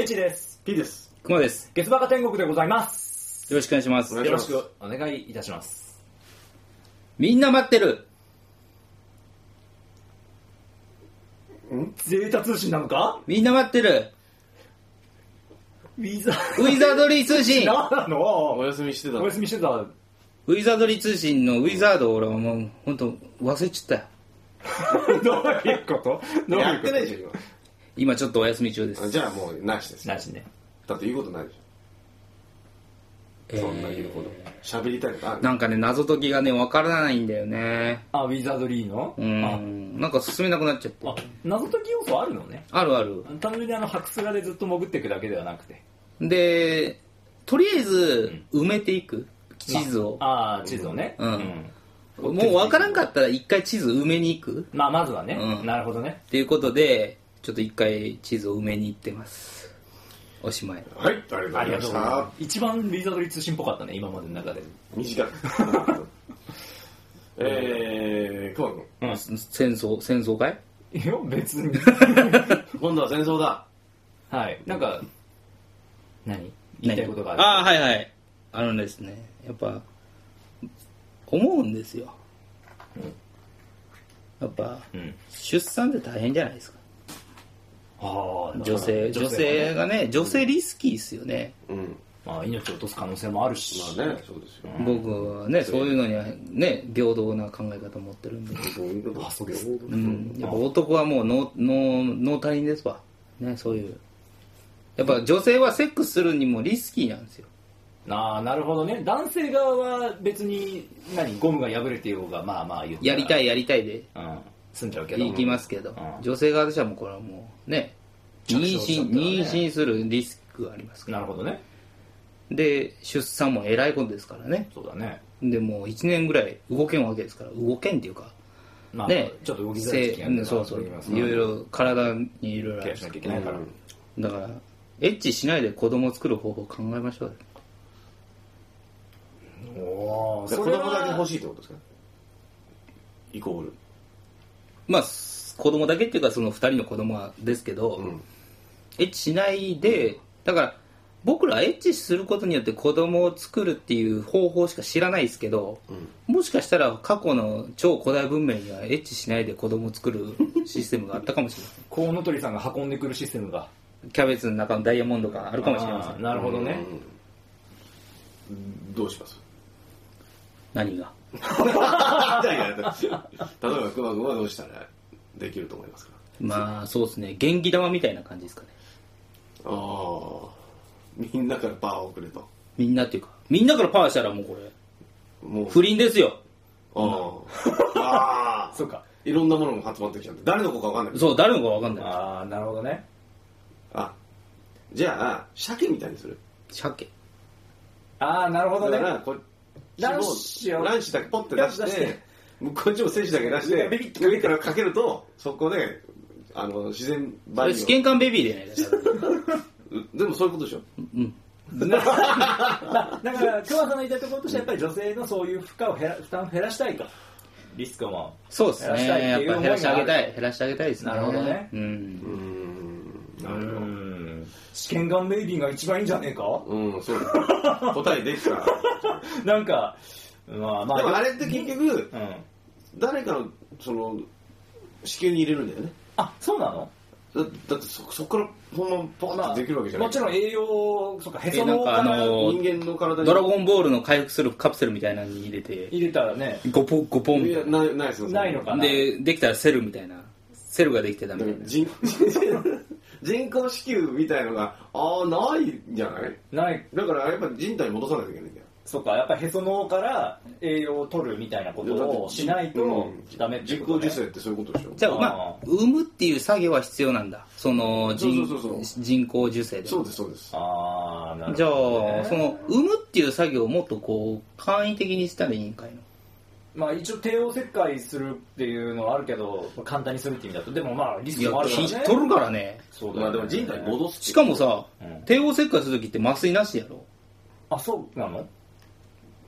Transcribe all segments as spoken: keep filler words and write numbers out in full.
H です。 P です。 くまです。 月バカ天国でございます。 よろしくお願いします。 よろしくお願いいたします。 みんな待ってる。 んゼータ通信なのか。 みんな待ってる。 ウィザウィザードリー通信。 何なの。 お休みしてた。 お休みしてた。 ウィザードリー通信のウィザードを俺はもう本当忘れちゃったよ。 どういうことどういうこと。 やってないでしょ今。 今ちょっとお休み中です。 じゃあもうなしです。 なしね。 だって言うことないでしょ、えー、そんな言うほど喋りたいことある。 なんかね、謎解きがね分からないんだよね。 あ、ウィザードリーのうんなんか進めなくなっちゃって。 あ、謎解き要素あるのね。 あるある。 単純にあの白スラでずっと潜っていくだけではなくて、 でとりあえず埋めていく、うん、地図を、 ああ地図をね、 うん、うん、もう分からんかったら一回地図埋めに行く、 まあまずはね、 うん、 なるほどねっていうことでちょっと一回地図を埋めに行ってます。おしまい。 はい、ありがとうございました。 一番ウィザードリー通信っぽかったね今までの中で。 短いえー、熊君、 うん、戦争戦争かい。 いや別に今度は戦争だ。 はい、なんか何言いたいことがある。 ああはいはい、あのですね、やっぱ思うんですよ、うん、やっぱ、うん、出産って大変じゃないですか。あ女性女性がね、女性リスキーっすよね、うんまあ、命を落とす可能性もあるし、 まあね、そうですよ、 うん、僕はねそういうのにはね平等な考え方を持ってるんであそうです、 うん、やっぱ男はもう脳脳足りんですわね。そういうやっぱ女性はセックスするにもリスキーなんですよ。 ああなるほどね。男性側は別に何ゴムが破れてようがまあまあ言ってやりたいやりたいで、 うん済んじゃうけど行きますけど、うん、女性側としてはもうこれはもうね妊娠、ね、妊娠するリスクがありますから。 なるほどね。で出産もえらいことですからね。 そうだね。 でもういちねんぐらい動けんわけですから。動けんっていうか、 まあ、 ねちょっと動きづらい時期なんで、 そうそういろいろ体にいろいろケアしなきゃいけないから、 うん、だからエッチしないで子供を作る方法を考えましょうよ。 お子供だけ欲しいってことですか。イコールまあ子供だけっていうかそのふたりの子供はですけど、うん、エッチしないで、だから僕らエッチすることによって子供を作るっていう方法しか知らないですけど、うん、もしかしたら過去の超古代文明にはエッチしないで子供を作るシステムがあったかもしれません。 コウノトリさんが運んでくるシステムがキャベツの中のダイヤモンドがあるかもしれません。 なるほどね、 うん、どうします。 何が例えば熊君はどうしたらできると思いますか。 まあそうですね、元気玉みたいな感じですかね。 ああみんなからパワーをくれと。 みんなっていうかみんなからパワーしたらもうこれもう不倫ですよ。 ああそうか、 いろんなものが集まってきちゃって誰の子か分かんない。 そう誰の子か分かんない。 ああなるほどね。 あじゃあ鮭みたいにする。 鮭。 ああなるほどね。 だからこ卵子を卵子だけポッて出してこっちも精子だけ出してビビッ上からかけるとそこであの自然バイオ試験管ベビーでないですか。 でもそういうことでしょ。 うんだから熊さんの言いたいところとしてやっぱり女性のそういう負荷を減ら負担を減らしたいと、リスクをそうですね、やっぱ減らしてあげたい減らしてあげたいですね。 なるほどね。 うんうんなるほど。 試験管ベイビーが一番いいんじゃねえか。 うんそうだ答えできたらなんかまあまあでもあれって結局、 うん、 誰かのその子宮に入れるんだよね。 あそうなの。 だ, だって そ, そこからほんまポンってできるわけじゃない、 まあ、もちろん栄養そっかへその緒から人間の体にドラゴンボールの回復するカプセルみたいなのに入れて入れたらねゴポンゴポンみたいな。 いやないないですよ。 ないのかな。 でできたらセルみたいなセルができてダメみたいな。 人人工子宮みたいのがああないんじゃない。 ないだからやっぱり人体に戻さないといけないんだよ。 そうか、やっぱりへその緒から栄養を取るみたいなことをしないとダメってことね。 人工授精ってそういうことでしょ。 じゃあまあ産むっていう作業は必要なんだ。その人そうそうそうそう人工授精で。 そうですそうです。 ああなるほど、ね。 じゃあその産むっていう作業をもっとこう簡易的にしたらいいんかいの。 まあ一応帝王切開するっていうのはあるけど簡単にするって意味だとでもまあリスクもあるからね。 いや取るからね。 そうだよね。 まあでも人体に戻す。 しかもさ、うん、帝王切開するときって麻酔なしやろ。 あそうなの。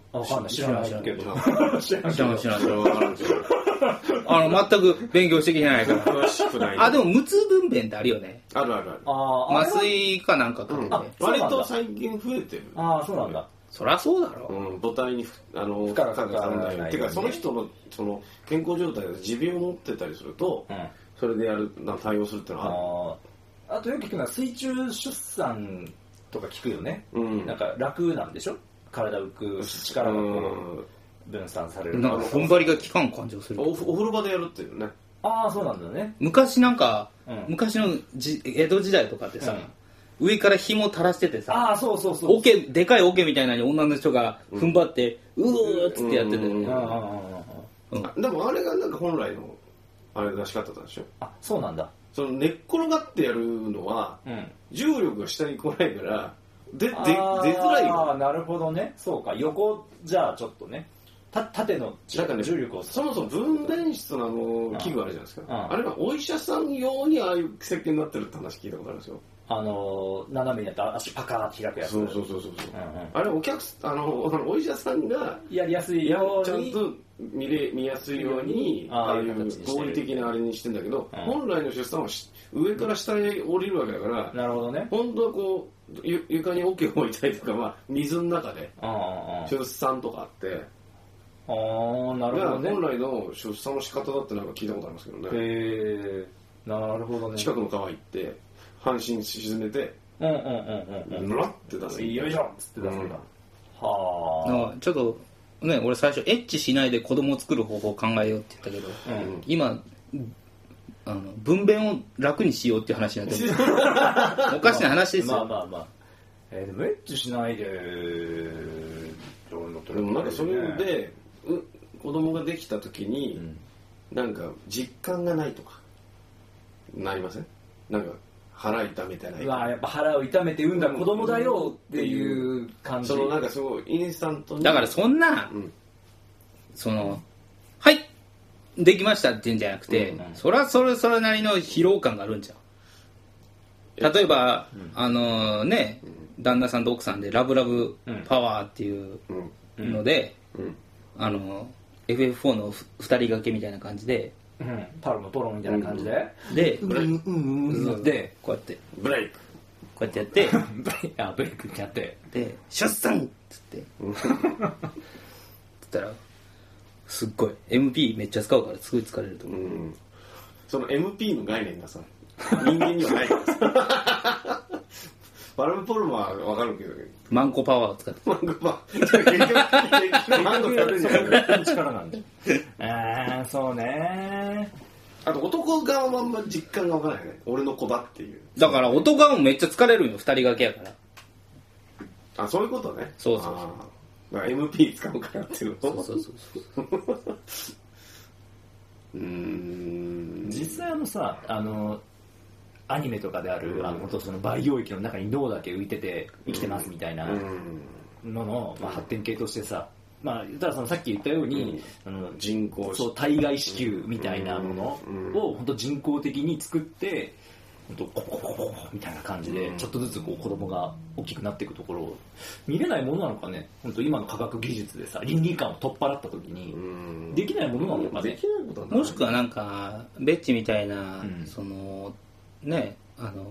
あ、わかんない、知らないけど。 知らない知らない知らないあの全く勉強してきてないから詳しくない。 あ、でも無痛分娩ってあるよね。 あるあるある。 あ麻酔かなんかかけて、うん、 割と最近増えてる。 ああ、そうなんだ。 そりゃそうだろ、 うん、母体にあの負荷がかからない、 ね、てかその人のその健康状態で持病を持ってたりすると、うん、それでやるな対応するっていうのはある。 あとよく聞くのは水中出産とか聞くよね、うん、なんか楽なんでしょ、体浮く力がこう分散される。 なんか踏ん張りが効かん感じをする。 お, お風呂場でやるっていうね。 ああ、そうなんだね。 昔なんか、うん、昔のじ江戸時代とかってさ、うん、上から紐垂らしててさ、 ああ、そうそうそう、 桶でかい桶みたいなのに女の人が踏ん張って、うん、うーっつってやってて、ね、 うん、でもあれがなんか本来のあれ出し方なんでしょ。 あ、そうなんだ。 その寝っ転がってやるのは、うん、重力が下に来ないからでで出づらいよ。 ああ、なるほどね。そうか、横じゃあちょっとね、た縦のなんか、ね、 重力をそもそも分娩室のあの器具あるじゃないですか、うん、あれはお医者さん用にああいう設計になってるって話聞いたことあるんですよ。 あの斜めにやった足パカーって開くやつ。 そうそうそうそう、うんうん、あれお客あのお医者さんがやりやすいようにちゃんと見れ見やすいようにああいう合理的なあれにしてんだけど、うん、本来の出産は上から下へ降りるわけだから、 なるほどね。 本当はこうゆ床に桶を置いたりとか、まあ、水の中で出産とかあって、 ああ、なるほどね。 本来の出産の仕方だってなんか聞いたことありますけどね。 へえ、なるほどね。 近くの川行って半身沈めて、 うんうんうんうん、 ぬらって出す。 よいしょっつって出すんだ。うん、 はあ。ちょっとね、俺最初エッチしないで子供を作る方法を考えようって言ったけど、うん、今あの分娩を楽にしようっていう話になってるおかしな話ですよ。 まあまあまあ、えー、でもエッチしないででもなんかそれでう子供ができた時に、うん、なんか実感がないとかなりません？なんか腹痛めてない。 まあやっぱ腹を痛めて産んだ子供だよっていう感じ。 そのなんかすごいインスタントに。 だからそんな、うん、そのはいできましたっていうんじゃなくて、うんうん、それはそれそれなりの疲労感があるんじゃん。例えば、うん、あのね、うん、旦那さんと奥さんでラブラブパワーっていうので、うんうん、あの エフエフフォー のふたり掛けみたいな感じで、 うん、パロのポロみたいな感じで、 うん、で、 ブレイク、うんうん、でこうやってブレイクこうやってやってブレイクあブレイクってやってで出産っつってつったらすっごい エムピー めっちゃ使うからすごい疲れると思う、うん、 その エムピー の概念がさ人間にはないからさバルブポルマは分かるけどマンコパワーを使ってマンコパワー結局結局マンコ使ってんじゃない力なんでああそうね。 あと男側もあんま実感が分からないね、俺の子だっていう。 だから男側もめっちゃ疲れるよふたり掛けやから。 あ、そういうことね。 そうそうそう。 だから エムピー 使うからっていうの。 そうそうそうそううーん実際あのさ、あのアニメとかである、うん、あの本当その培養液の中に脳だけ浮いてて生きてますみたいなのの、まあ、発展系としてさ、まあ、ただそのさっき言ったように、うん、あの人工そう体外子宮みたいなものを本当人工的に作って本当コココココみたいな感じでちょっとずつこう子供が大きくなっていくところを見れないものなのかね。本当今の科学技術でさ倫理観を取っ払った時にできないものなのかね。 できないことはない。 もしくはなんかベッチみたいな、うん、そのねあの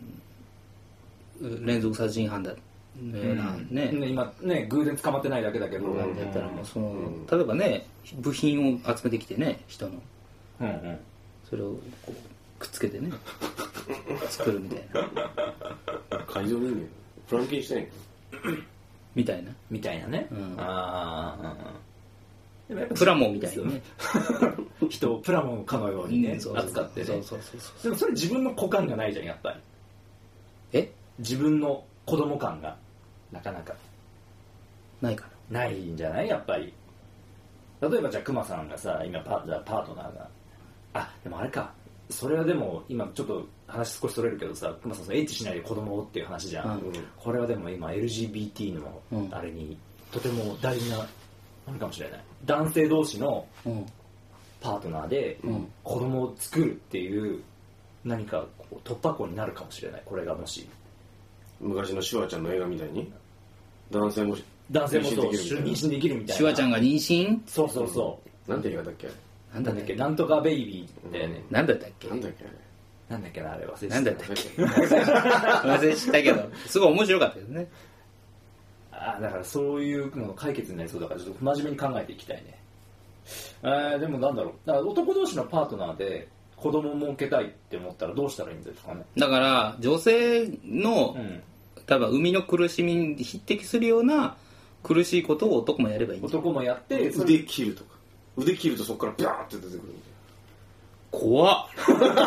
連続殺人犯だのようなね、 うん、今ね偶然捕まってないだけだけど、 うん、だったらもうその、うん、例えばね部品を集めてきてね人の、うんうん、それをこうくっつけてね作るみたいな改造人間フランケンシュタインみたいなみたいなね、うん、ああ、 うん、でもやっぱプラモンみたいにね人をプラモンかのようにね、うん、扱ってね。そうそうそうそう。でもそれ自分の子感がないじゃんやっぱり。 え？ 自分の子供感がなかなかないかな。ないんじゃないやっぱり。例えばじゃあクマさんがさ今パじゃあパートナーがあでもあれかそれはでも今ちょっと話少しそれるけどさクマさんそのエッチしないで子供をっていう話じゃん、うん、これはでも今 エルジービーティー のあれにとても大事な何かもしれない。男性同士のパートナーで子供を作るっていう何かこう突破口になるかもしれない。これがもし昔のシュワちゃんの映画みたいに男性も男性もそう妊娠できるみたいな。 シュワちゃんが妊娠。 そうそうそう。 なんて映画だっけ。 なんだっけ。 なんとかベイビーだよね。 なんだったっけ。 なんだっけ。 なんだっけなあれ忘れてた。 なんだったっけ。忘れてたけど、すごい面白かったですね。 あだからそういうのの解決になりそうだからちょっと真面目に考えていきたいね。えー、でもなんだろう。だから男同士のパートナーで子供を設けたいって思ったらどうしたらいいんですかね。 だから女性の、うん、多分生みの苦しみに匹敵するような苦しいことを男もやればいいんじゃない。 男もやって腕切るとか。腕切るとそこからビャーって出てくるみたいな。 怖っ。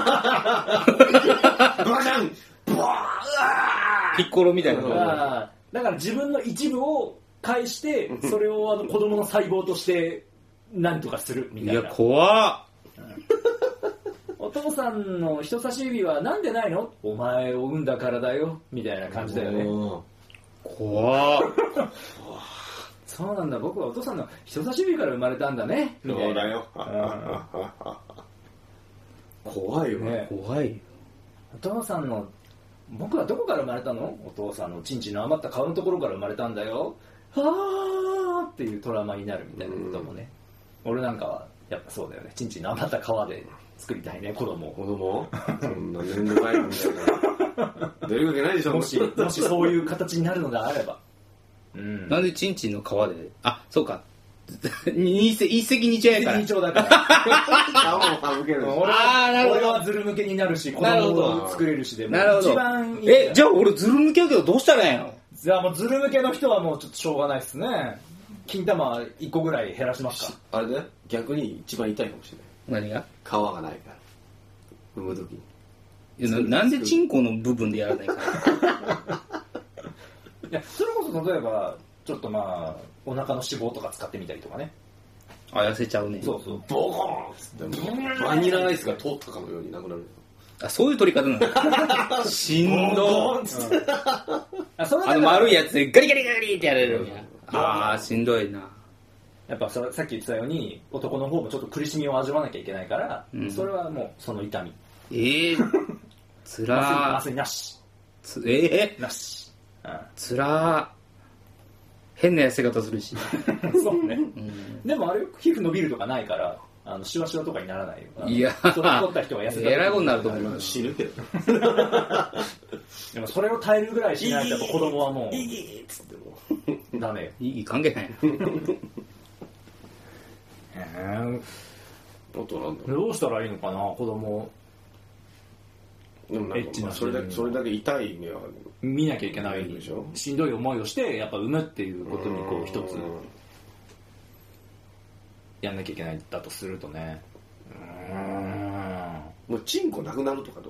バカンピッコロみたいな。 だから自分の一部を返してそれをあの子供の細胞として何とかするみたいな。 いや怖っ。 お父さんの人差し指はなんでないの？お前を産んだからだよみたいな感じだよね。 怖っ。 そうなんだ、僕はお父さんの人差し指から生まれたんだねみたいな。 そうだよ。怖いよね。 怖いよ。 お父さんの僕はどこから生まれたの？お父さんのチンチンの余った顔のところから生まれたんだよ。はーっていうトラウマになるみたいなこともね。俺なんかはやっぱそうだよね。チンチンの余った皮で作りたいね、子供を。 子供？そんな年度ないみたいな。出るわけないでしょ。 もしもしそういう形になるのであれば。 うん、なんでチンチンの皮で、あ、そうか。一石二鳥やから。 一石二鳥だから。 俺は、 俺はズル向けになるし、子供を作れるしでも。 なるほど。 一番いい。 え、じゃあ俺ズル向けやけどどうしたらええの？ じゃあもうズル向けの人はもうちょっとしょうがないですね。金玉いっこぐらい減らしますか。 あれで逆に一番痛いかもしれない。 何が？ 皮がないから。産むときに。 いや な, なんでチンコの部分でやらないかいやそれこそ例えばちょっとまあお腹の脂肪とか使ってみたりとかね。 あ、痩せちゃうね。 そうそう。 ボコーンっつってバニラアイスが通ったかのようになくなる。 あ、そういう取り方なの。しんどーっつって、うん、 あ, それあの丸いやつでガリガリガリってやれるんや、うん、あーしんどいな。 やっぱそれさっき言ってたように男の方もちょっと苦しみを味わわなきゃいけないから、うん、それはもうその痛み。 ええー、つらー。 麻酔なし。 つえー、 なし。うん、 つらー。変な痩せ方するし。 そうね、うん、でもあれ皮膚伸びるとかないからあのシワシワとかにならないよ。 いやそれ取った人は痩せたえらいことになると思います。 死ぬけどでもそれを耐えるぐらいしないとやっぱ子供はもういいっつってもダメよ。 いい関係ないな。 えー、あとなんだどうしたらいいのかな子供。 でもなんかまあそれだけそれだけ痛い目は見なきゃいけないでしょ。しんどい思いをしてやっぱ産むっていうことにこう一つやんなきゃいけないんだとするとね。うーんもうチンコなくなるとかどう？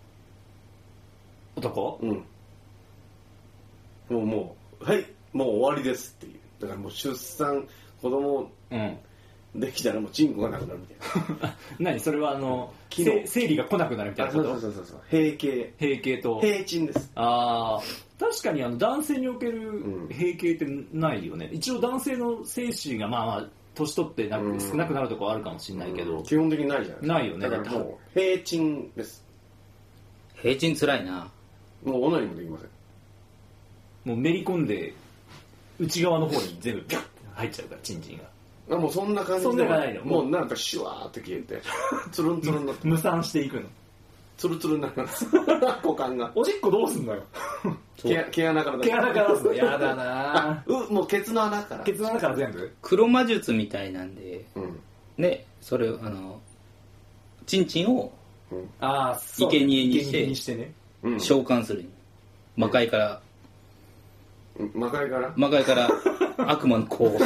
男？ うん。もうもうはいもう終わりですっていう。だからもう出産子供うんできたらもうチンコがなくなるみたいな。 何それはあの生理が来なくなるみたいなこと？ そうそうそうそう。閉経。 閉経と閉鎮です。 ああ確かにあの男性における閉経ってないよね。うん、一応男性の精子がまあまあ年取ってなく、うん、少なくなるところあるかもしれないけど、うん、 基本的にないじゃないですか。 ないよね。 だからもう閉鎮です。 閉鎮つらいな。 もうオナニーもできません。 もうめり込んで内側の方に全部ピャッて入っちゃうからチンチンが。 あもうそんな感じで。 そんなないの。 もうなんかシュワーって消えてツルンツルンになって無酸していくの。 ツルツルになります股間が。 おしっこどうすんのよ。 毛, 毛穴から出す。 毛穴から出すの。やだなうもうケツの穴から。 ケツの穴から全部。 黒魔術みたいなんで、 うん、 ねそれあのチンチンをあ生贄にして、 にしてね、 うん、召喚する。魔界から。 魔界から魔界から悪魔の子を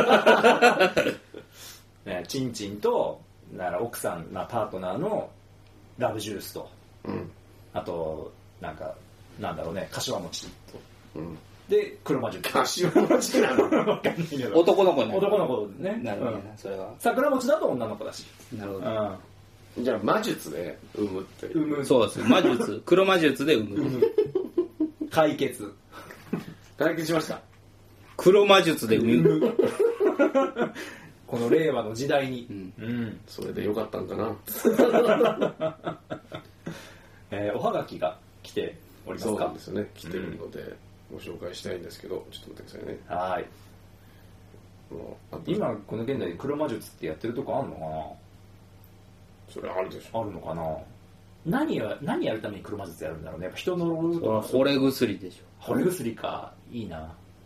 ね、チンチンとなら奥さん、まあ、パートナーのラブジュースと、 うん、 あとなんかなんだろうね柏餅と、 うん、 で黒魔術。 柏餅なの分かんないけど男の子ね。 男の子ね。 なるほど、ね、うん、それは桜餅だと女の子だし。 なるほど、 うん、じゃあ魔術で産むって産む。 そうです魔術黒魔術で産む解決解決しました。 黒魔術で産むこの令和の時代に、 うんうん、 それでよかったんかな、 えー、おはがきが来ておりますか。 そうなんですよね来てるので、 ご紹介したいんですけど、ちょっと待ってくださいね。 はい。 もう今この現代で黒魔術ってやってるとこあるのかな。 それあるでしょ。 あるのかな。何や何やるために黒魔術やるんだろうね。やっぱ人の呪うとか。 惚れ薬でしょ。 惚れ薬か。いいな。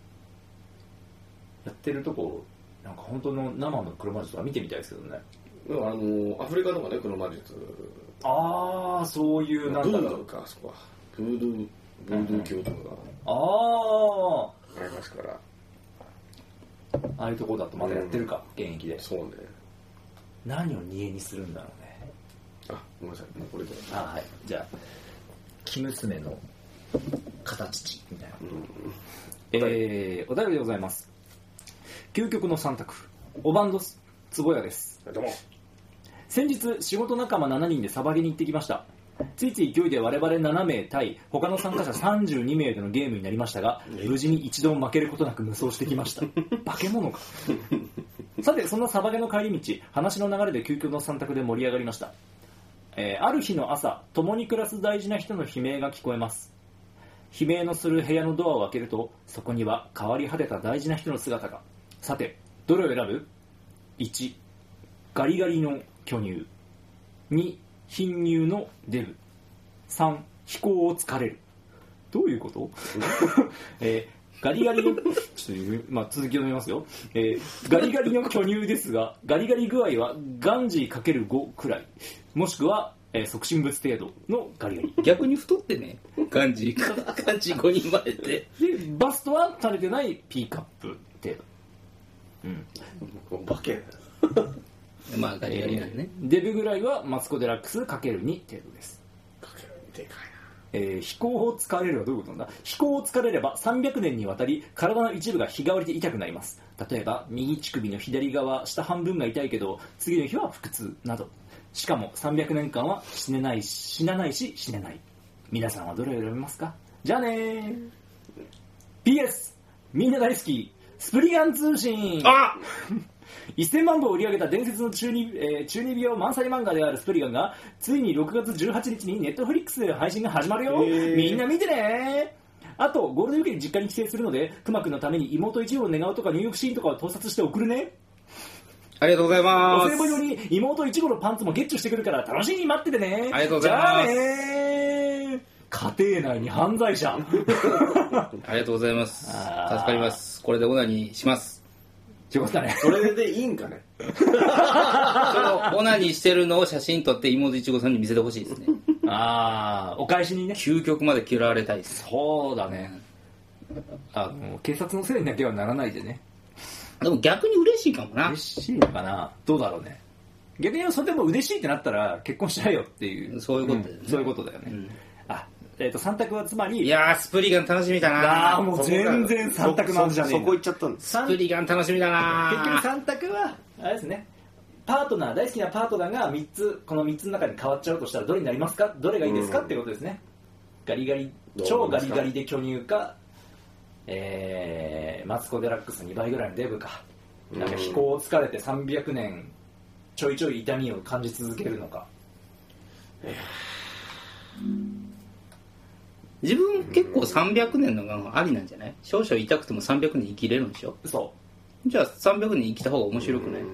やってるとこなんか本当の生の黒魔術とか見てみたいですけどね。 あのアフリカとかね、黒魔術。 ああ、そういうなんだろう。 ブードゥーか、そこは。ブードゥー、ブードゥー教とかがあありますから。 あ、ああいうとこだとまだやってるか、うん、現役で。 そうね。 何を煮えにするんだろうね。 あ、ごめんなさい、もうこれで。 あ、はい。じゃあ、生娘の形みたいな。うん、えー、お便りでございます。究極の三択。おばんどす、つぼやです。 どうも。 先日、仕事仲間しちにんでサバゲに行ってきました。ついつい勢いで我々ななめい対他の参加者さんじゅうにめいでのゲームになりましたが、無事に一度も負けることなく無双してきました。化け物か。さて、そんなサバゲの帰り道、話の流れで究極の三択で盛り上がりました。えー、ある日の朝、共に暮らす大事な人の悲鳴が聞こえます。悲鳴のする部屋のドアを開けると、そこには変わり果てた大事な人の姿が。さて、どれを選ぶ？ いち. ガリガリの巨乳。に. 貧乳のデブ。さん. 飛行を疲れる。どういうこと、えー、ガリガリのちょっと、まあ、続きを読みますよ、えー、ガリガリの巨乳ですが、ガリガリ具合はガンジー かけるご くらい、もしくは、えー、促進物程度のガリガリ。 逆に太ってね、ガンジーガンジーごにんまでででバストは垂れてない P カップ程度。 うん、バケまあガリガリなんね、 えー、デブぐらいはマツコ・デラックス かけるに 程度です。 かけるにでかいな。 えー、飛行を疲れるはどういうことなんだ。飛行を疲れればさんびゃくねんにわたり体の一部が日替わりで痛くなります。例えば右乳首の左側下半分が痛いけど次の日は腹痛など。しかもさんびゃくねんかんは死ねない死なないし死ねない。皆さんはどれを選びますか。じゃあねー。 ピーエス みんな大好きスプリガン通信。 あせんまんぶを売り上げた伝説の中二、えー、中二病満載漫画であるスプリガンがついにろくがつじゅうはちにちにネットフリックスで配信が始まるよ。みんな見てね。あとゴールデンウィークに実家に帰省するのでくまくんのために妹一号を願うとか入浴シーンとかを盗撮して送るね。 ありがとうございます。 お歳暮用に妹一号のパンツもゲッチュしてくるから楽しみに待っててね。 ありがとうございます。 じゃあね。家庭内に犯罪者。 ありがとうございます。助かります。これでオナニーします。 よかったね。 それでいいんかね。 そのオナニーしてるのを写真撮って妹いちごさんに見せてほしいですね。 ああ、お返しにね。 究極まで嫌われたいです。 そうだね。あの警察のせいにだけはならないでね。 でも逆に嬉しいかもな。 嬉しいのかな。どうだろうね。逆にそれでも嬉しいってなったら結婚しちゃえよっていう。 そういうことだよね。 うん、そういうことだよね。うん、あ、えっ、ー、と三択はつまり。 いやースプリガン楽しみだな。 あーもう全然三択なんじゃねえ。 そこ行っちゃったんです。 スプリガン楽しみだな。 結局三択はあれですね。パートナー大好きなパートナーがみっつこのみっつの中に変わっちゃうとしたらどれになりますか。どれがいいですか、うん、っていうことですね。ガリガリ超ガリガリで巨乳か、えー、マツコ・デラックスにばいぐらいのデブか。なんか飛行を疲れてさんびゃくねんちょいちょい痛みを感じ続けるのか。 自分結構さんびゃくねんのがありなんじゃない。少々痛くてもさんびゃくねん生きれるんでしょ。 そうじゃあさんびゃくねん生きた方が面白くない。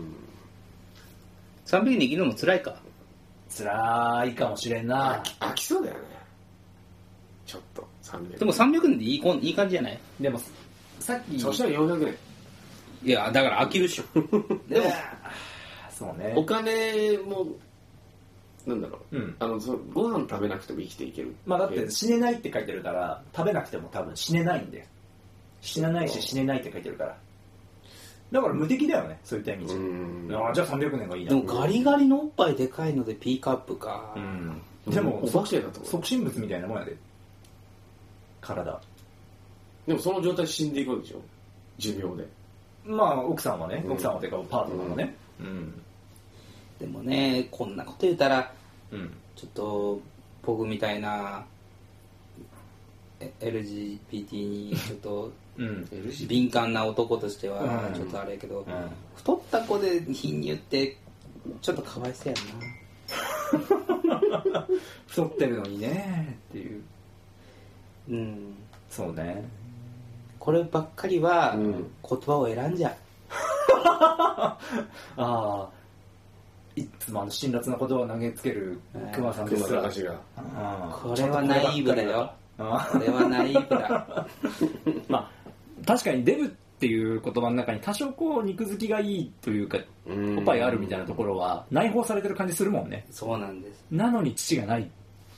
さんびゃくねん生きるのも辛いか。 辛いかもしれんな。 飽きそうだよねちょっと。さんびゃくねんでもさんびゃくねんでいい、いい感じじゃない。 でもさっきそしたらよんひゃくねん。 いやだから飽きるっしょ。 でもそうね。 お金もなんだろう、 うん、 あのそのご飯食べなくても生きていける。 まあだって死ねないって書いてるから食べなくても多分死ねないんで。死なないし死ねないって書いてるから。だから無敵だよねそういった意味じゃ。あじゃあさんびゃくねんがいいな。 でもガリガリのおっぱいでかいので P カップか。 うん。でもお化けだと促進物みたいなもんやで。体。 でもその状態死んでいくわけでしょ寿命で。 まあ奥さんはね、奥さんはてかパートナーはね、うん、うん、 でもねこんなこと言ったら、 うん、 ちょっと僕みたいな エルジービーティー にちょっと、うん、敏感な男としてはちょっとあれやけど、うんうん、太った子で貧乳ってちょっとかわいそうやな。 太ってるのにねっていう。 うんそうね。 こればっかりはうん言葉を選んじゃう、 ああ、いつもあの辛辣な言葉を投げつける熊さんですら、 熊高氏があこれはナイーブだよ。 あこれはナイーブだ。 まあ確かにデブっていう言葉の中に多少こう肉付きがいいというかうんおっぱいがあるみたいなところは内包されてる感じするもんね。 そうなんです。 なのに父がない。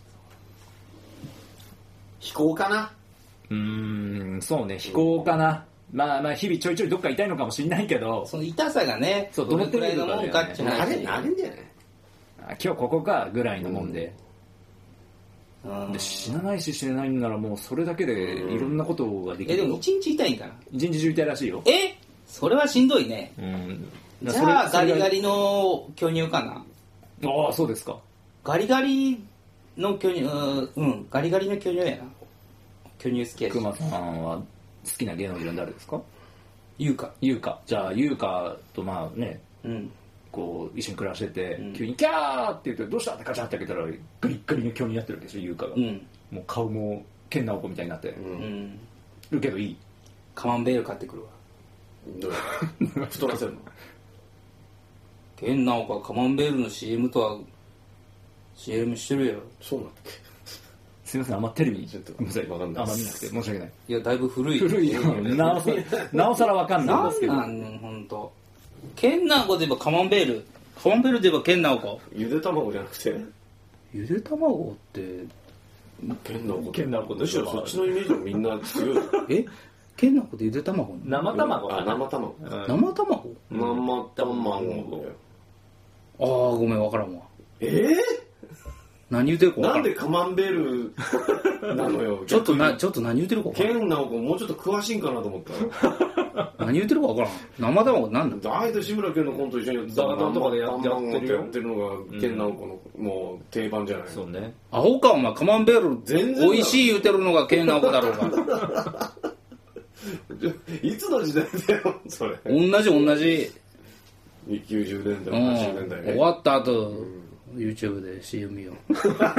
非行かな。 うーん、そうね、非行かな。まあまあ日々ちょいちょいどっか痛いのかもしれないけど、 その痛さがね、 そうどれくらいのもんかっていう慣れ話。 慣れんじゃない。 あ今日ここかぐらいのもんで、 うんで死なないし死ねないんならもうそれだけでいろんなことができえ、 る。 でも一日痛いんかな。 一日中痛いらしいよ。 え、それはしんどいね。 うん。 じゃあガリガリ。 リの巨乳かな。 ああ、そうですか。 ガリガリの巨乳、うん、うんガリガリの巨乳やな。巨乳好きやし。 熊さんは好きな芸能人は誰ですか？ 優香。 優香。じゃあ優香とまあね、 うん。 こう一緒に暮らしてて、 うん急にキャーって言ってどうしたってガチャって開けたらガリッガリの巨乳になってるわけでしょ、優香が。 うん。 もう顔も健直子みたいになってう。 うんん。 るけどいい。 カマンベール買ってくるわ。 どうや太らせるの。 ケンナオコはカマンベールの シーエム とは シーエム してるよ。 そうなんだっけ。 すみません、あんまテレビちょっとごめんなさい、 わかんないあんま見なくて申し訳ない。 いや、だいぶ古い。 古いよ。なおさら、なおさらわかんないんですけど。 なんなんねん、ほんと。ケンナオコといえばカマンベール。カマンベールといえばケンナオコ。 ゆで卵じゃなくてゆで卵って、 ケンナオコ。 ケンナオコむしろそっちのイメージもみんな強い。 えケンナオコってゆで卵なの生卵かあ、 な。 生卵。 うん生卵生卵だよ。 ああ、ごめん、わからんわ。 え何言うてるかー、 わからん。 なんでカマンベールなのよ。 ちょっとな、ちょっと何言うてるかわからん。 ケンナオコもうちょっと詳しいんかなと思ったら。 何言うてるかわからん。生卵何なのあえて志村けんのコント一緒にやってたダウンタウンとかでや生卵やってるよやってるのがケンナオコのもう定番じゃない。 そうね。 アホか、お前、カマンベール、 全然だ美味しい言うてるのがケンナオコだろうが。 いつの時代だよ、それ。 同じ同じ。 きゅうじゅうねんうだい、はちじゅんうねんだいね。 終わった後、YouTube で シーエム 見よう。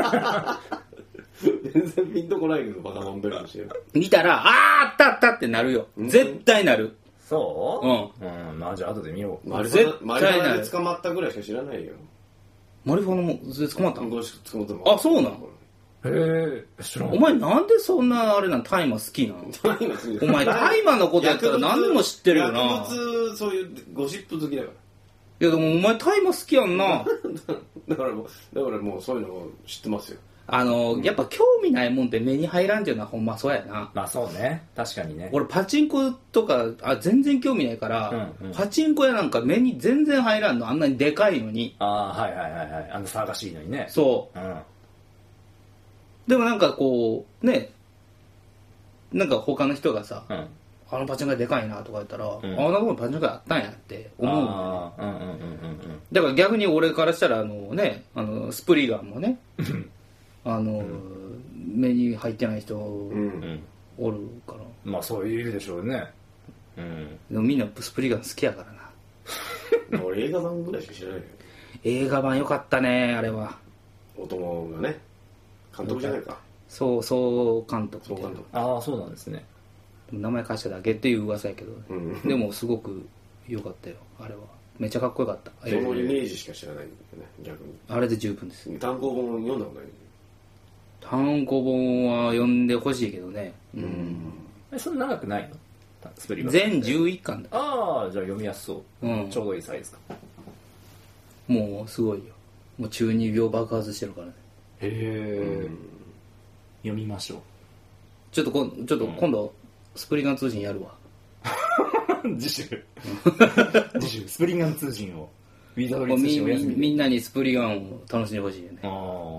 全然ピンとこないけど、バカマンベルの シーエム。 見たら、あーあったあったってなるよ。絶対なる。 そううん。うん、まあじゃあ後で見よう。 マリフ絶対ァナマリファナで捕まったぐらいしか知らないよ。 マリファナもで捕まったのどうし捕まったのあそうなのへえ、知らん。 お前なんでそんなあれなん大麻好きなのお前大麻のことやったら何でも知ってるよな。 薬物、そういうゴシップ好きだかいやでもお前大麻好きやんな。 ら。だからもう、だからもうそういうのを知ってますよ。 あの、やっぱ興味ないもんって目に入らんっていうのはほんまそうやな。 まあそうね。確かにね。 俺パチンコとかあ全然興味ないから、 うんうんパチンコ屋なんか目に全然入らんの。あんなにでかいのに。 ああ、はいはいはいはい。あの騒がしいのにね。。 そううん。 でもなんかこうね、なんか他の人がさ、 うん。 あのパチンコ屋でかいなとか言ったら、 んああんなとこにパチンコ屋あったんやって思うのよね。 ああ、うんうんうんうんだから逆に俺からしたらあのね、あのスプリガンもね、あの、目に入ってない人う。 うんん。 おるから。 まあそういうでしょうね。うん。 でもみんなスプリガン好きやからな。 俺映画版ぐらいしか知らないよ。 映画版良かったね、あれは。 お供がね、監督じゃないか。 そう、そう監督っていうそう監督。 ああ、そうなんですね。 名前貸しただけっていう噂やけど、 うん。 でもすごく良かったよ、あれは。めっちゃかっこよかった。 そのイメージしか知らないんだよね、逆に。 あれで十分です。 単行本読んだことない。 単行本は読んでほしいけどね。うん。 え、そんな長くないのスプリガン全じゅういっかんだ。 ああ、じゃあ読みやすそう。 うんちょうどいいサイズか。 もうすごいよ。もう中二病爆発してるからね。 へえ。読みましょう。 ちょっとこんちょっと今度、スプリガン通信やるわ。 次週。次週、スプリンガン通信を。ウィザードリー通み信お休みで。 みんなにスプリガンを楽しんでほしいよね。 ああ、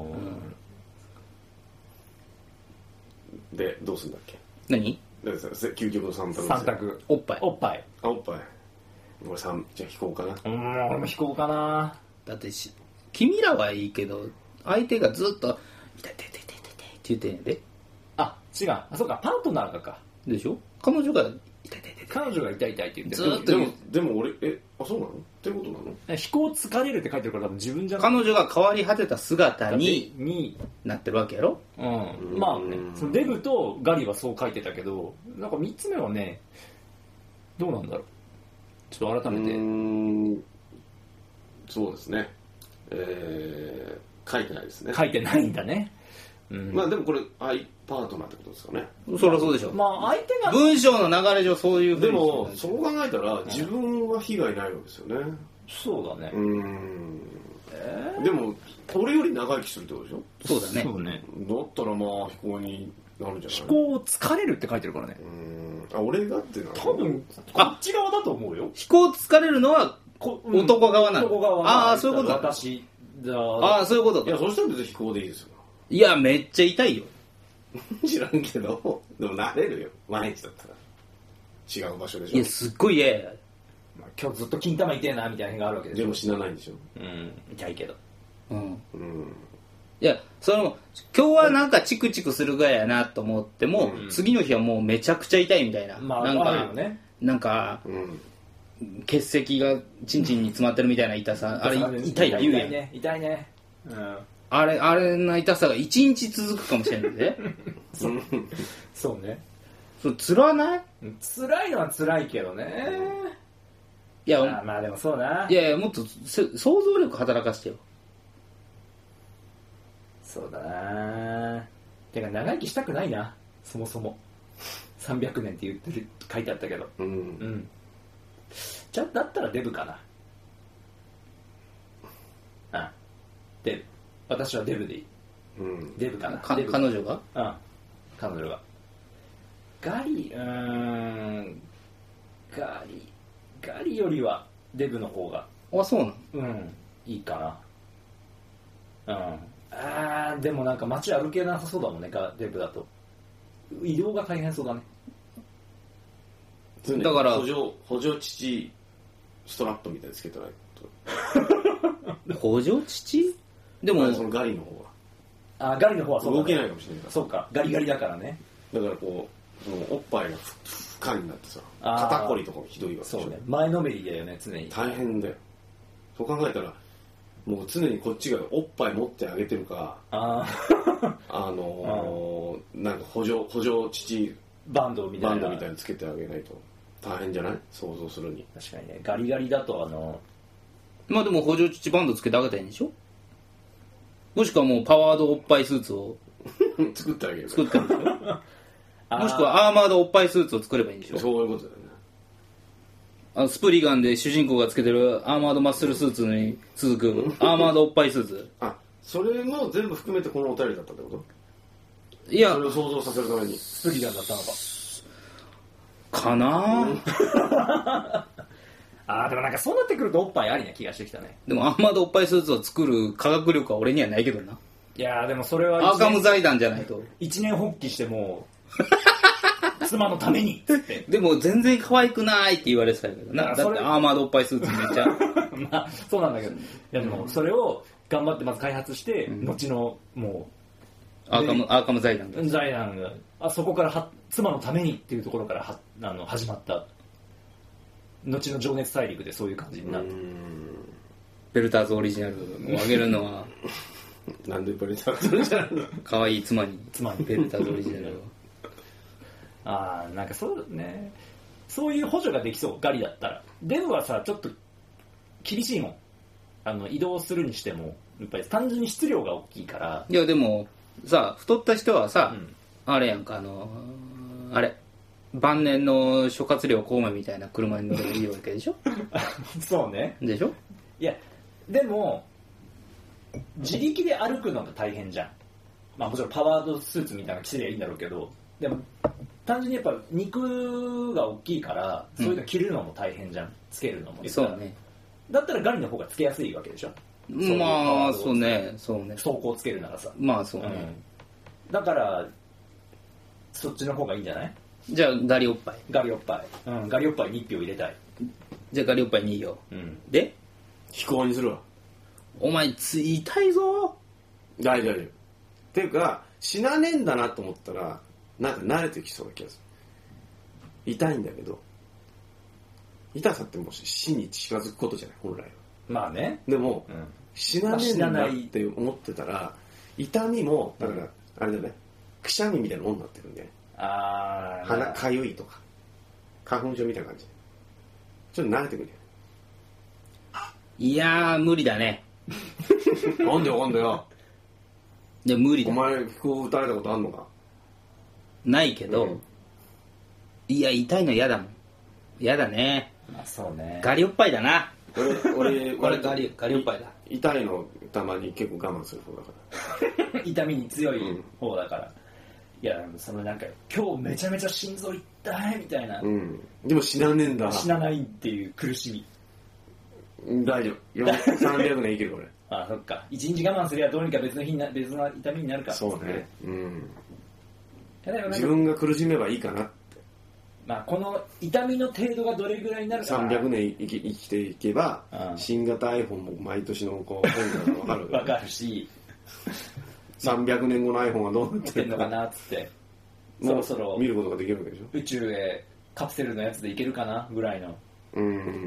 で、どうすんだっけ。 何だからさ究極の三択。 三。択。 おっぱい。 おっぱい。 あ、おっぱい。俺三、じゃあ飛行かな。 うーん、俺も飛行かな。 だってし、君らはいいけど、相手がずっと、痛い痛い痛い痛い痛いって言ってんやで。 あ、違う。あ、そうか、パートナーがか。 でしょ彼女が、痛い痛い痛い痛い彼女が痛い痛いって言ってる。 ずっとでもでも俺えあそうなのってことなの？ 飛行疲れるって書いてるから多分自分じゃない彼女が変わり果てた姿にになってるわけやろ。 うん、まあね、そのデブとガリはそう書いてたけど、なんかみっつめはね、どうなんだろう。ちょっと改めて。 うーんそうですね。えー、書いてないですね。 書いてないんだね。うん、 まあでもこれ相パートナーってことですかね。 そりゃそうでしょ。 まあ相手が文章の流れ上そういうでもそう考えたら自分は被害ないわけですよね。 そうだね。 うーん、えー、でも俺より長生きするってことでしょ。 そうだね。 そうね。 だったらまあ飛行になるんじゃない？ 飛行疲れるって書いてるからね。 うーん、あ俺がっていうのは多分こっち側だと思うよ。 飛行疲れるのは男側なの。 男側。 ああそういうこと。 私だ。 ああそういうこと。 いやそしたら別に飛行でいいですよ。 いやめっちゃ痛いよ。 知らんけどでも慣れるよ毎日だったら違う場所でしょ。 いやすっごい嫌や。 今日ずっと金玉痛えなみたいな日があるわけでしょ。 でも死なないんでしょ。 うん痛いけど。 うん。 うん。 いやその今日はなんかチクチクするぐらいやなと思っても、うん、次の日はもうめちゃくちゃ痛いみたいな。 まあなんか、 あるよね、 なんか、 うん、 結石がチンチンに詰まってるみたいな痛さ、あれ痛いな言うやん。 痛いね痛いね。うん。 あれあれの痛さが一日続くかもしれないで。 そう。そうね。 それ辛ない？ 辛いのは辛いけどね。 いやまあ、まあでもそうな。 いやいやもっと想像力働かしてよ。 そうだな。てか長生きしたくないな。そもそもさんびゃくねんって言ってる書いてあったけど。 うん。うん。 じゃだったらデブかな。あ、デブ。私はデブでいい。うん、デブかな。 かデブ彼女が？ うん。彼女が。ガリ、うーん。ガリ、ガリよりはデブの方が。 あ、そうなの？ うん。いいかな。うん。あー、でもなんか街歩けなさそうだもんね、デブだと。移動が大変そうだね。 だから補助、補助乳ストラップみたいにつけてないと。補助乳？でもそのガリの方はあガリの方はそうだ、ね、 動けないかもしれないから。 そうかガリガリだからね。 だからこうそのおっぱいが負荷になってさ肩こりとかもひどいわけでしょ。 そうね前のめりだよね常に。 大変だよ。そう考えたらもう常にこっちがおっぱい持ってあげてるかああのー、なんか補助補助乳バンドみたいなバンドみたいにつけてあげないと大変じゃない？想像するに。 確かにねガリガリだとあのまあでも補助乳バンドつけてあげたらいいんでしょ。もしくはもうパワードおっぱいスーツを作ってあげる作ってあげるもしくはアーマードおっぱいスーツを作ればいいんでしょ。 そういうことだよね。 あのスプリガンで主人公がつけてるアーマードマッスルスーツに続くアーマードおっぱいスーツ。 あそれも全部含めてこのお便りだったってこと？ いやそれを想像させるためにスプリガンだったのかかなああでもなんかそうなってくるとおっぱいありな気がしてきたね。 でもアーマードおっぱいスーツを作る科学力は俺にはないけどな。 いやーでもそれはアーカム財団じゃないと一年発起しても妻のためにってでも全然可愛くないって言われてたけどな。だってアーマードおっぱいスーツめっちゃまあそうなんだけどいやでもそれを頑張ってまず開発して、うん、後のもうアーカムアーカム財団が財団があそこからは妻のためにっていうところからはあの始まった後の情熱大陸でそういう感じになった。 ベルターズオリジナルをあげるのはなんでベルターズオリジナル可愛い妻に妻にベルターズオリジナルをああなんかそうねそういう補助ができそうガリだったら。デブはさちょっと厳しいもん。あの移動するにしてもやっぱり単純に質量が大きいから。 いやでもさ太った人はさ、うん、あれやんかあのあれ晩年の諸葛亮孔明みたいな車に乗ればいいわけでしょそうねでしょ。 いやでも自力で歩くのが大変じゃん。まあもちろんパワードスーツみたいなの着せりゃいいんだろうけどでも単純にやっぱ肉が大きいからそういうの着るのも大変じゃん、うん、つけるのも。 そうね。 だったらガリの方がつけやすいわけでしょ。 まあそうねそうね走行つけるならさまあそうね、 うん、だからそっちの方がいいんじゃない。 じゃあガリおっぱいガリおっぱい、うん、ガリおっぱいに票入れたい。 じゃあガリおっぱいに票、うん、で飛行にするわ。 お前つ痛いぞ。 大丈夫っていうか死なねえんだなと思ったらなんか慣れてきそうな気がする。痛いんだけど痛さってもう死に近づくことじゃない本来は。 まあね。 でも、 うん、 死なねえんだって思ってたら痛みもだからあれだね、くしゃみみたいなもんになってるんで、 あ鼻かゆいとか花粉症みたいな感じでちょっと慣れてくるんじいやー無理だね。 ゃないなんでよなんでよ。 いや無理だ。 お前飛行撃たれたことあんのか。 ないけど、うん、いや痛いの嫌だもん。嫌だね。 まあそうね。 ガリおっぱいだな。 俺これガリガリおっぱいだ。 痛いのたまに結構我慢する方だから痛みに強い方だから、うん、いやそのなんか今日めちゃめちゃ心臓痛いみたいな、 うん、でも死なねえんだ、 死なないっていう苦しみ。 大丈夫さんびゃくねん生きるこれ。 ああそっか、いちにち我慢すればどうにか別の日な別の痛みになるか。 そうね、うん、 自分が苦しめばいいかなって。 まあ、この痛みの程度がどれぐらいになるかな。 さんびゃくねん生き、生きていけば、うん、新型 iPhone も毎年のこう変化が分かる分かるしさんびゃくねんごの iPhone はどうなってるのかなっつってそろそろ見ることができるわけでしょ。 宇宙へカプセルのやつでいけるかなぐらいの、うん、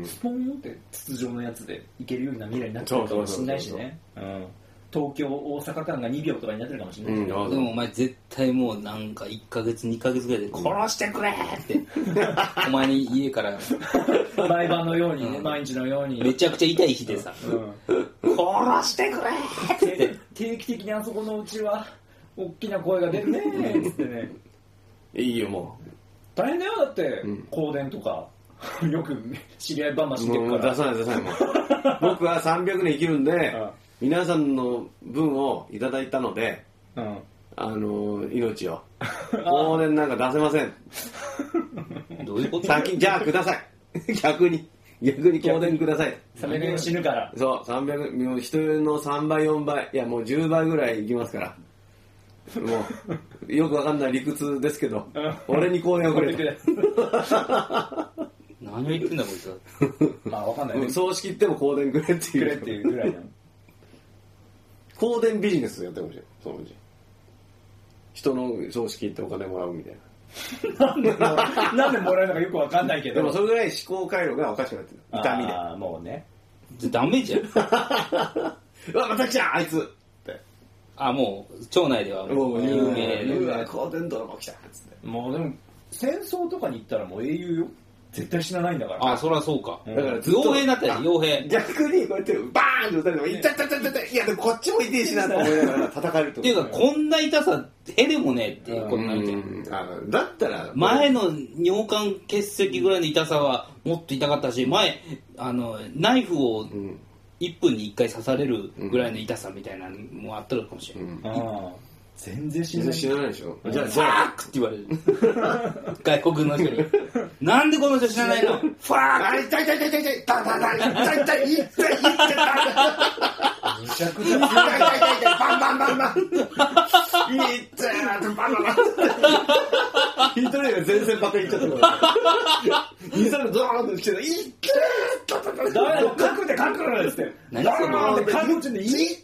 スポーンって筒状のやつでいけるような未来になってるかもしれないしね。東京大阪間がにびょうとかになってるかもしれないけど、うん、 でもお前絶対もうなんかいっかげつにかげつぐらいで殺してくれってお前に家から毎晩のようにね、うん、毎日のようにめちゃくちゃ痛い日でさ、うん、殺してくれって定期的にあそこのうちは大きな声が出るねーっつってねいいよもう大変だよだって、うん、香典とかよく知り合いばんば知ってるから出さない出さないもう僕はさんびゃくねん生きるんで、うん皆さんの分をいただいたので、うん、あの命を香典なんか出せません。 どういうこと？ 先じゃあください。逆に逆に香典ください。 さんびゃくえん死ぬから。 そうさんびゃくもう人のさんばいよんばいいやもうじゅうばいぐらいいきますから。もうよくわかんない理屈ですけど、俺に香典をくれと。 何を言ってんだこいつ。 まあわかんない、ね。 葬式行っても香典くれっていう。 くれっていうぐらいなの。 香典ビジネスやってほしい。そのうち人の葬式行ってお金もらうみたいな。なんでなんでもらえるのかよくわかんないけど。 でもそれぐらい思考回路がおかしくなってる。痛みで。 ああもうね。 ダメじゃん。 うわまた来たあいつって。 あもう町内ではもう有名で。うわ香典泥棒来たっつって。 もうでも戦争とかに行ったらもう英雄よ。絶対死なないんだから。 あ、そりゃそうか。 だから傭兵になったよ、傭兵。 逆にこうやってバーンって撃たれても、いったったったったいやでもこっちも痛いしなと思いながら戦えると。 っていうか、こんな痛さ、へでもねえっていう、こんな痛い。 だったら。 前の尿管結石ぐらいの痛さはもっと痛かったし、前、あの、ナイフをいっぷんにいっかい刺されるぐらいの痛さみたいなのもあったのかもしれない。 全然死なない。 死なないでしょ。 じゃあ、ファークって言われる。外国の人に。なんでこの人死なないの？ファーク！ 痛い痛い痛い痛い痛い痛い痛い痛い痛い痛い痛い痛いめちゃくちゃ痛い痛い痛い痛いバンバンバンバン痛いバンバンバン一人が前線パテンいっちゃったから二三のドーンって来てた痛い誰も書くで書くですって何その書く中で痛い痛い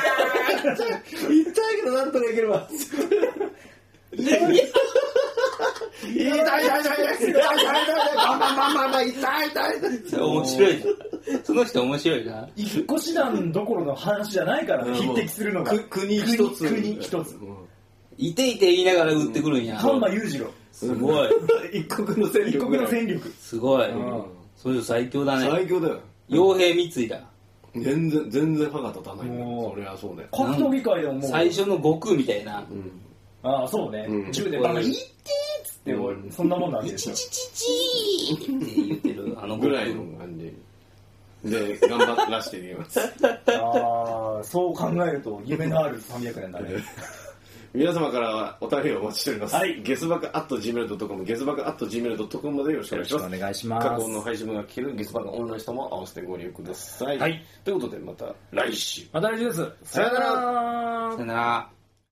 けどなんとかいければ痛い痛い痛い痛い痛い痛い痛い痛いバンバンバンバンバン痛い痛い痛い面白いじゃんその人面白いな一個師団どころの話じゃないから匹敵するのが国一つ国一ついていて言いながら撃ってくるんや丹波裕次郎すごい一国の戦力一国の戦力すごいそういう最強だね最強だよ傭兵三井だ全然全然歯が立たないそれはそうね格闘技界でももう最初の悟空みたいなああそうね銃でバンバンいってーっつってそんなもんなんですよチチチチって言ってるあのぐらいの感じで頑張らせてみますああそう考えると夢のあるさんびゃくねんだね皆様からはお便りをお待ちしております。はい。ゲスバカ アットジーメールドットコム、ゲスバカ アットジーメールドットコム までよろしくお願いします。 よろしくお願いします。 過去の配信分が聞けるゲスバカオンラインストも合わせてご利用ください。はい。ということでまた来週。 また来週です。 さよなら。 さよなら。